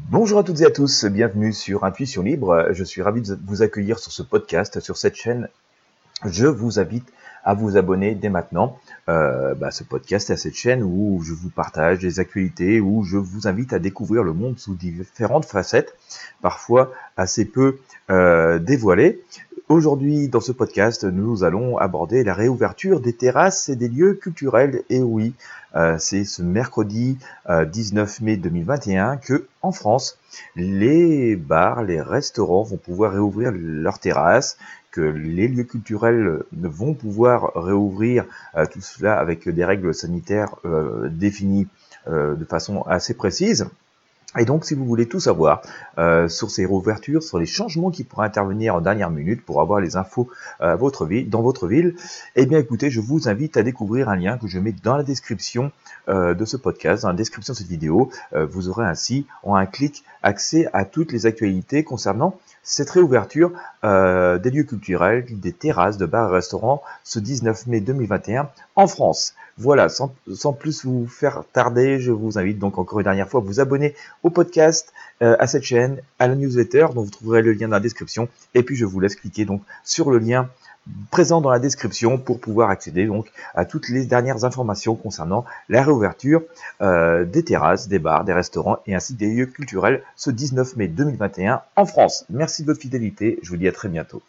Bonjour à toutes et à tous, bienvenue sur Intuition Libre. Je suis ravi de vous accueillir sur ce podcast, sur cette chaîne. Je vous invite à vous abonner dès maintenant ce podcast, à cette chaîne où je vous partage des actualités, où je vous invite à découvrir le monde sous différentes facettes, parfois assez peu dévoilées. Aujourd'hui, dans ce podcast, nous allons aborder la réouverture des terrasses et des lieux culturels. Et oui, c'est ce mercredi 19 mai 2021 que, en France, les bars, les restaurants vont pouvoir réouvrir leurs terrasses, que les lieux culturels vont pouvoir réouvrir, tout cela avec des règles sanitaires définies de façon assez précise. Et donc, si vous voulez tout savoir sur ces réouvertures, sur les changements qui pourraient intervenir en dernière minute pour avoir les infos dans votre ville, eh bien écoutez, je vous invite à découvrir un lien que je mets dans la description de ce podcast, dans la description de cette vidéo. Vous aurez ainsi, en un clic, accès à toutes les actualités concernant cette réouverture des lieux culturels, des terrasses, de bars et restaurants, ce 19 mai 2021 en France. Voilà, sans plus vous faire tarder, je vous invite donc encore une dernière fois à vous abonner au podcast, à cette chaîne, à la newsletter, dont vous trouverez le lien dans la description. Et puis je vous laisse cliquer donc sur le lien présent dans la description pour pouvoir accéder donc à toutes les dernières informations concernant la réouverture des terrasses, des bars, des restaurants et ainsi des lieux culturels ce 19 mai 2021 en France. Merci de votre fidélité, je vous dis à très bientôt.